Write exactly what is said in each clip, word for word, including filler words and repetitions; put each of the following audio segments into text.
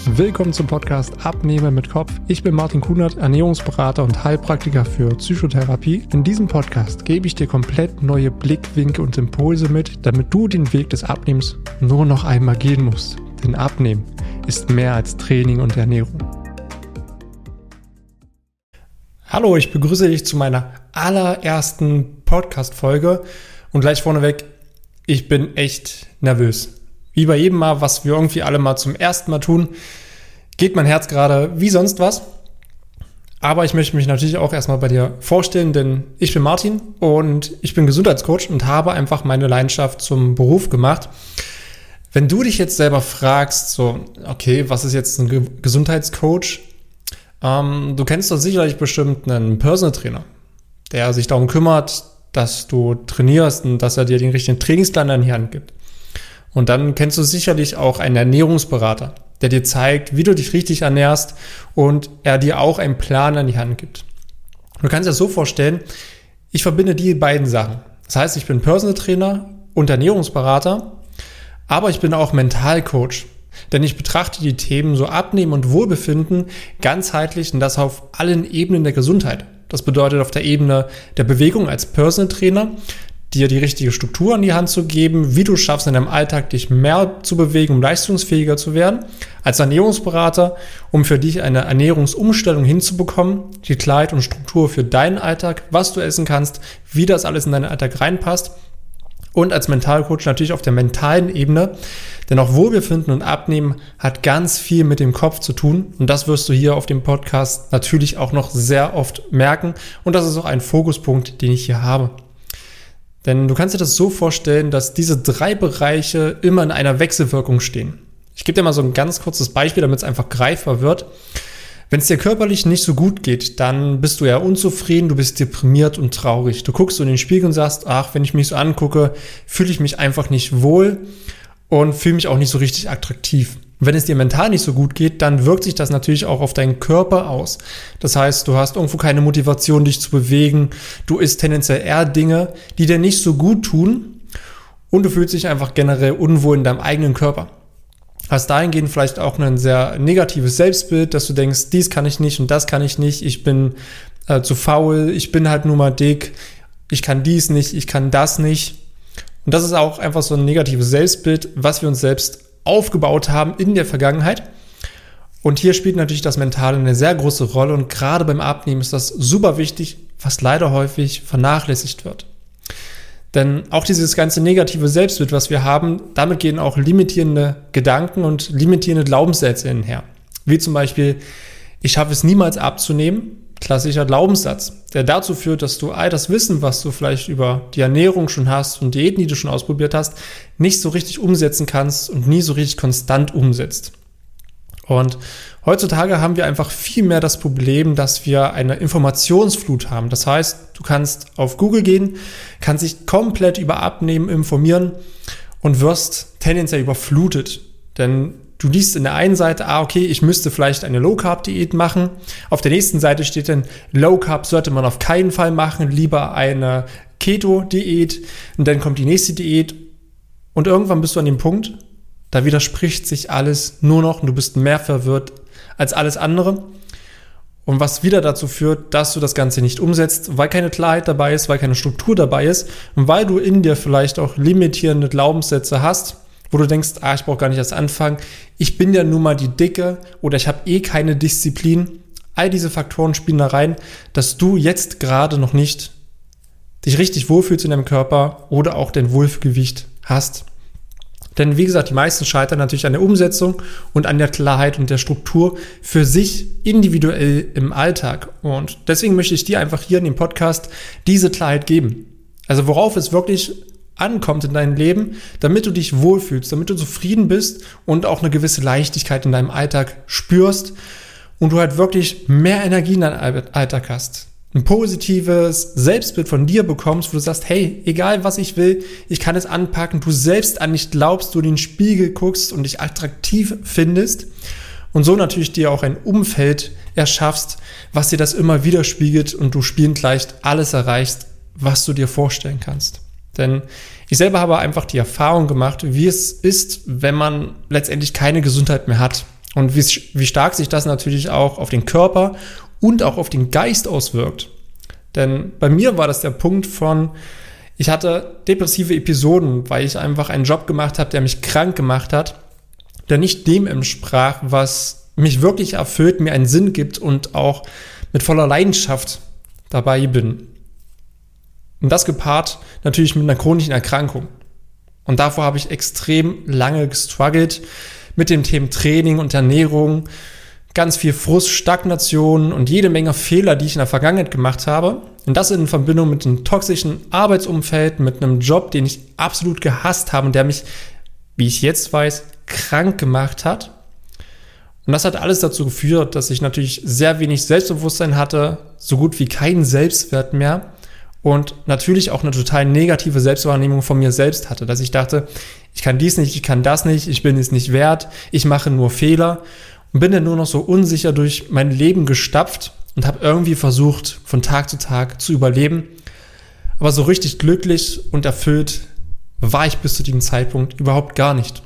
Willkommen zum Podcast Abnehmen mit Kopf. Ich bin Martin Kunert, Ernährungsberater und Heilpraktiker für Psychotherapie. In diesem Podcast gebe ich dir komplett neue Blickwinkel und Impulse mit, damit du den Weg des Abnehmens nur noch einmal gehen musst. Denn Abnehmen ist mehr als Training und Ernährung. Hallo, ich begrüße dich zu meiner allerersten Podcast-Folge und gleich vorneweg, ich bin echt nervös. Wie bei jedem Mal, was wir irgendwie alle mal zum ersten Mal tun, geht mein Herz gerade wie sonst was. Aber ich möchte mich natürlich auch erstmal bei dir vorstellen, denn ich bin Martin und ich bin Gesundheitscoach und habe einfach meine Leidenschaft zum Beruf gemacht. Wenn du dich jetzt selber fragst, so, okay, was ist jetzt ein Ge- Gesundheitscoach? Ähm, du kennst doch sicherlich bestimmt einen Personal Trainer, der sich darum kümmert, dass du trainierst und dass er dir den richtigen Trainingsplan in die Hand gibt. Und dann kennst du sicherlich auch einen Ernährungsberater, der dir zeigt, wie du dich richtig ernährst und er dir auch einen Plan an die Hand gibt. Du kannst dir das so vorstellen, ich verbinde die beiden Sachen. Das heißt, ich bin Personal Trainer und Ernährungsberater, aber ich bin auch Mentalcoach, denn ich betrachte die Themen so Abnehmen und Wohlbefinden ganzheitlich und das auf allen Ebenen der Gesundheit. Das bedeutet auf der Ebene der Bewegung als Personal Trainer, dir die richtige Struktur an die Hand zu geben, wie du schaffst in deinem Alltag, dich mehr zu bewegen, um leistungsfähiger zu werden. Als Ernährungsberater, um für dich eine Ernährungsumstellung hinzubekommen, die Klarheit und Struktur für deinen Alltag, was du essen kannst, wie das alles in deinen Alltag reinpasst. Und als Mentalcoach natürlich auf der mentalen Ebene, denn auch Wohlbefinden und Abnehmen hat ganz viel mit dem Kopf zu tun. Und das wirst du hier auf dem Podcast natürlich auch noch sehr oft merken. Und das ist auch ein Fokuspunkt, den ich hier habe. Denn du kannst dir das so vorstellen, dass diese drei Bereiche immer in einer Wechselwirkung stehen. Ich gebe dir mal so ein ganz kurzes Beispiel, damit es einfach greifbar wird. Wenn es dir körperlich nicht so gut geht, dann bist du ja unzufrieden, du bist deprimiert und traurig. Du guckst so in den Spiegel und sagst, ach, wenn ich mich so angucke, fühle ich mich einfach nicht wohl und fühle mich auch nicht so richtig attraktiv. Wenn es dir mental nicht so gut geht, dann wirkt sich das natürlich auch auf deinen Körper aus. Das heißt, du hast irgendwo keine Motivation, dich zu bewegen. Du isst tendenziell eher Dinge, die dir nicht so gut tun. Und du fühlst dich einfach generell unwohl in deinem eigenen Körper. Hast dahingehend vielleicht auch ein sehr negatives Selbstbild, dass du denkst, dies kann ich nicht und das kann ich nicht. Ich bin äh, zu faul, ich bin halt nur mal dick. Ich kann dies nicht, ich kann das nicht. Und das ist auch einfach so ein negatives Selbstbild, was wir uns selbst aufgebaut haben in der Vergangenheit. Und hier spielt natürlich das Mentale eine sehr große Rolle und gerade beim Abnehmen ist das super wichtig, was leider häufig vernachlässigt wird. Denn auch dieses ganze negative Selbstbild, was wir haben, damit gehen auch limitierende Gedanken und limitierende Glaubenssätze einher. Wie zum Beispiel, ich schaffe es niemals abzunehmen, klassischer Glaubenssatz, der dazu führt, dass du all das Wissen, was du vielleicht über die Ernährung schon hast und Diäten, die du schon ausprobiert hast, nicht so richtig umsetzen kannst und nie so richtig konstant umsetzt. Und heutzutage haben wir einfach viel mehr das Problem, dass wir eine Informationsflut haben. Das heißt, du kannst auf Google gehen, kannst dich komplett über Abnehmen informieren und wirst tendenziell überflutet. Denn du liest in der einen Seite, ah, okay, ich müsste vielleicht eine Low-Carb-Diät machen. Auf der nächsten Seite steht dann, Low-Carb sollte man auf keinen Fall machen, lieber eine Keto-Diät. Und dann kommt die nächste Diät. Und irgendwann bist du an dem Punkt, da widerspricht sich alles nur noch und du bist mehr verwirrt als alles andere. Und was wieder dazu führt, dass du das Ganze nicht umsetzt, weil keine Klarheit dabei ist, weil keine Struktur dabei ist und weil du in dir vielleicht auch limitierende Glaubenssätze hast, wo du denkst, ah, ich brauche gar nicht erst anfangen, ich bin ja nun mal die Dicke oder ich habe eh keine Disziplin. All diese Faktoren spielen da rein, dass du jetzt gerade noch nicht dich richtig wohlfühlst in deinem Körper oder auch dein Wohlgewicht hast. Denn wie gesagt, die meisten scheitern natürlich an der Umsetzung und an der Klarheit und der Struktur für sich individuell im Alltag. Und deswegen möchte ich dir einfach hier in dem Podcast diese Klarheit geben. Also worauf es wirklich ankommt in deinem Leben, damit du dich wohlfühlst, damit du zufrieden bist und auch eine gewisse Leichtigkeit in deinem Alltag spürst und du halt wirklich mehr Energie in deinem Alltag hast. Ein positives Selbstbild von dir bekommst, wo du sagst, hey, egal was ich will, ich kann es anpacken, du selbst an dich glaubst, du in den Spiegel guckst und dich attraktiv findest und so natürlich dir auch ein Umfeld erschaffst, was dir das immer widerspiegelt und du spielend leicht alles erreichst, was du dir vorstellen kannst. Denn ich selber habe einfach die Erfahrung gemacht, wie es ist, wenn man letztendlich keine Gesundheit mehr hat. Und wie, wie stark sich das natürlich auch auf den Körper und auch auf den Geist auswirkt. Denn bei mir war das der Punkt von, ich hatte depressive Episoden, weil ich einfach einen Job gemacht habe, der mich krank gemacht hat, der nicht dem entsprach, was mich wirklich erfüllt, mir einen Sinn gibt und auch mit voller Leidenschaft dabei bin. Und das gepaart natürlich mit einer chronischen Erkrankung. Und davor habe ich extrem lange gestruggelt mit den Themen Training und Ernährung, ganz viel Frust, Stagnation und jede Menge Fehler, die ich in der Vergangenheit gemacht habe. Und das in Verbindung mit einem toxischen Arbeitsumfeld, mit einem Job, den ich absolut gehasst habe und der mich, wie ich jetzt weiß, krank gemacht hat. Und das hat alles dazu geführt, dass ich natürlich sehr wenig Selbstbewusstsein hatte, so gut wie keinen Selbstwert mehr und natürlich auch eine total negative Selbstwahrnehmung von mir selbst hatte, dass ich dachte, ich kann dies nicht, ich kann das nicht, ich bin es nicht wert, ich mache nur Fehler und bin dann nur noch so unsicher durch mein Leben gestapft und habe irgendwie versucht, von Tag zu Tag zu überleben. Aber so richtig glücklich und erfüllt war ich bis zu diesem Zeitpunkt überhaupt gar nicht.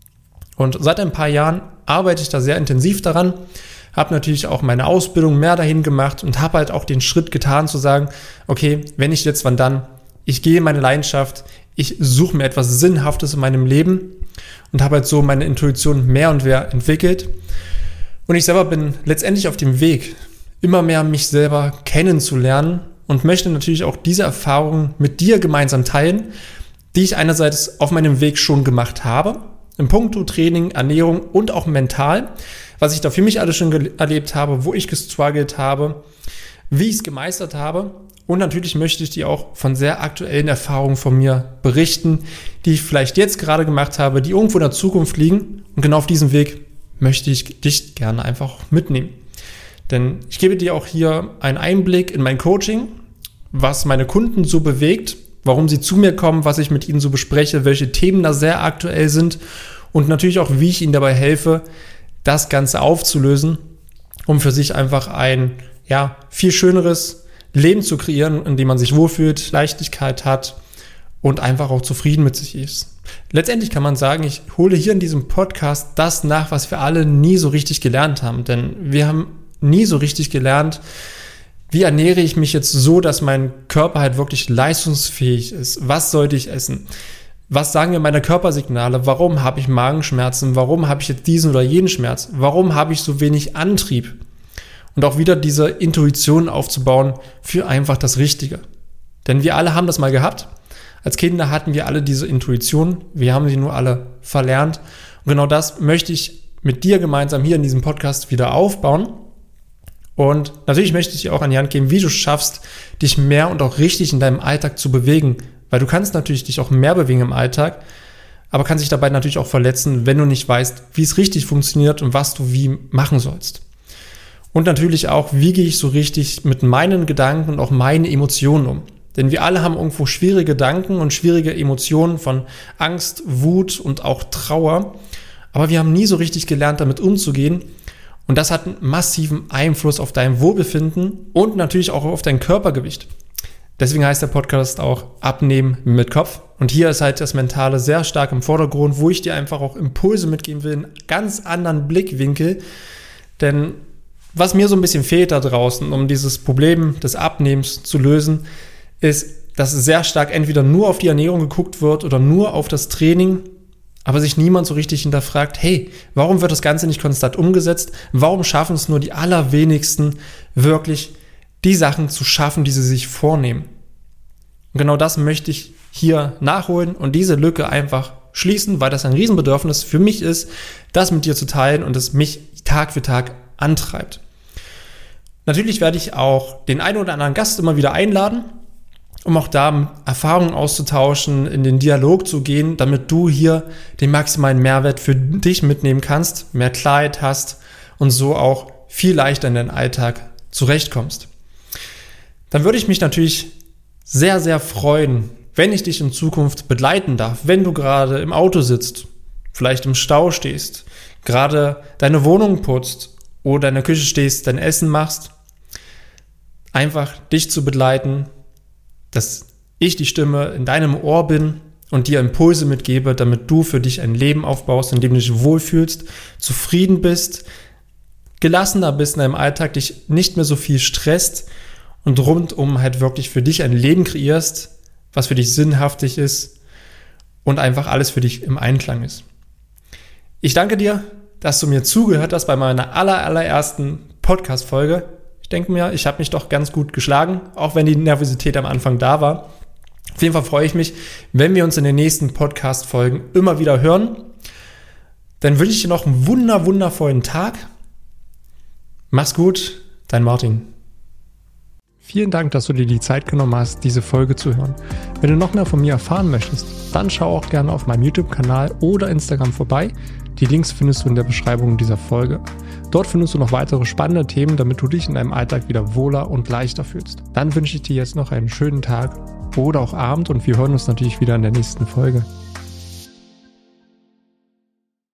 Und seit ein paar Jahren arbeite ich da sehr intensiv daran, habe natürlich auch meine Ausbildung mehr dahin gemacht und habe halt auch den Schritt getan zu sagen, okay, wenn ich jetzt, wann dann, ich gehe in meine Leidenschaft, ich suche mir etwas Sinnhaftes in meinem Leben und habe halt so meine Intuition mehr und mehr entwickelt. Und ich selber bin letztendlich auf dem Weg, immer mehr mich selber kennenzulernen und möchte natürlich auch diese Erfahrungen mit dir gemeinsam teilen, die ich einerseits auf meinem Weg schon gemacht habe, im Punkto Training, Ernährung und auch mental, was ich da für mich alles schon ge- erlebt habe, wo ich gestruggelt habe, wie ich es gemeistert habe. Und natürlich möchte ich dir auch von sehr aktuellen Erfahrungen von mir berichten, die ich vielleicht jetzt gerade gemacht habe, die irgendwo in der Zukunft liegen. Und genau auf diesem Weg möchte ich dich gerne einfach mitnehmen. Denn ich gebe dir auch hier einen Einblick in mein Coaching, was meine Kunden so bewegt, warum sie zu mir kommen, was ich mit ihnen so bespreche, welche Themen da sehr aktuell sind und natürlich auch, wie ich ihnen dabei helfe, das Ganze aufzulösen, um für sich einfach ein ja, viel schöneres Leben zu kreieren, in dem man sich wohlfühlt, Leichtigkeit hat und einfach auch zufrieden mit sich ist. Letztendlich kann man sagen, ich hole hier in diesem Podcast das nach, was wir alle nie so richtig gelernt haben, denn wir haben nie so richtig gelernt, wie ernähre ich mich jetzt so, dass mein Körper halt wirklich leistungsfähig ist? Was sollte ich essen? Was sagen mir meine Körpersignale? Warum habe ich Magenschmerzen? Warum habe ich jetzt diesen oder jenen Schmerz? Warum habe ich so wenig Antrieb? Und auch wieder diese Intuition aufzubauen für einfach das Richtige. Denn wir alle haben das mal gehabt. Als Kinder hatten wir alle diese Intuition. Wir haben sie nur alle verlernt. Und genau das möchte ich mit dir gemeinsam hier in diesem Podcast wieder aufbauen. Und natürlich möchte ich dir auch an die Hand geben, wie du schaffst, dich mehr und auch richtig in deinem Alltag zu bewegen. Weil du kannst natürlich dich auch mehr bewegen im Alltag, aber kannst dich dabei natürlich auch verletzen, wenn du nicht weißt, wie es richtig funktioniert und was du wie machen sollst. Und natürlich auch, wie gehe ich so richtig mit meinen Gedanken und auch meinen Emotionen um. Denn wir alle haben irgendwo schwierige Gedanken und schwierige Emotionen von Angst, Wut und auch Trauer. Aber wir haben nie so richtig gelernt, damit umzugehen. Und das hat einen massiven Einfluss auf dein Wohlbefinden und natürlich auch auf dein Körpergewicht. Deswegen heißt der Podcast auch Abnehmen mit Kopf. Und hier ist halt das Mentale sehr stark im Vordergrund, wo ich dir einfach auch Impulse mitgeben will, einen ganz anderen Blickwinkel. Denn was mir so ein bisschen fehlt da draußen, um dieses Problem des Abnehmens zu lösen, ist, dass sehr stark entweder nur auf die Ernährung geguckt wird oder nur auf das Training, aber sich niemand so richtig hinterfragt, hey, warum wird das Ganze nicht konstant umgesetzt? Warum schaffen es nur die allerwenigsten, wirklich die Sachen zu schaffen, die sie sich vornehmen? Und genau das möchte ich hier nachholen und diese Lücke einfach schließen, weil das ein Riesenbedürfnis für mich ist, das mit dir zu teilen und es mich Tag für Tag antreibt. Natürlich werde ich auch den einen oder anderen Gast immer wieder einladen, um auch da Erfahrungen auszutauschen, in den Dialog zu gehen, damit du hier den maximalen Mehrwert für dich mitnehmen kannst, mehr Klarheit hast und so auch viel leichter in deinen Alltag zurechtkommst. Dann würde ich mich natürlich sehr, sehr freuen, wenn ich dich in Zukunft begleiten darf, wenn du gerade im Auto sitzt, vielleicht im Stau stehst, gerade deine Wohnung putzt oder in der Küche stehst, dein Essen machst, einfach dich zu begleiten, dass ich die Stimme in deinem Ohr bin und dir Impulse mitgebe, damit du für dich ein Leben aufbaust, in dem du dich wohlfühlst, zufrieden bist, gelassener bist in deinem Alltag, dich nicht mehr so viel stresst und rundum halt wirklich für dich ein Leben kreierst, was für dich sinnhaftig ist und einfach alles für dich im Einklang ist. Ich danke dir, dass du mir zugehört hast bei meiner aller, allerersten Podcast-Folge. Ich denke mir, ich habe mich doch ganz gut geschlagen, auch wenn die Nervosität am Anfang da war. Auf jeden Fall freue ich mich, wenn wir uns in den nächsten Podcast-Folgen immer wieder hören. Dann wünsche ich dir noch einen wunder, wundervollen Tag. Mach's gut, dein Martin. Vielen Dank, dass du dir die Zeit genommen hast, diese Folge zu hören. Wenn du noch mehr von mir erfahren möchtest, dann schau auch gerne auf meinem YouTube-Kanal oder Instagram vorbei. Die Links findest du in der Beschreibung dieser Folge. Dort findest du noch weitere spannende Themen, damit du dich in deinem Alltag wieder wohler und leichter fühlst. Dann wünsche ich dir jetzt noch einen schönen Tag oder auch Abend und wir hören uns natürlich wieder in der nächsten Folge.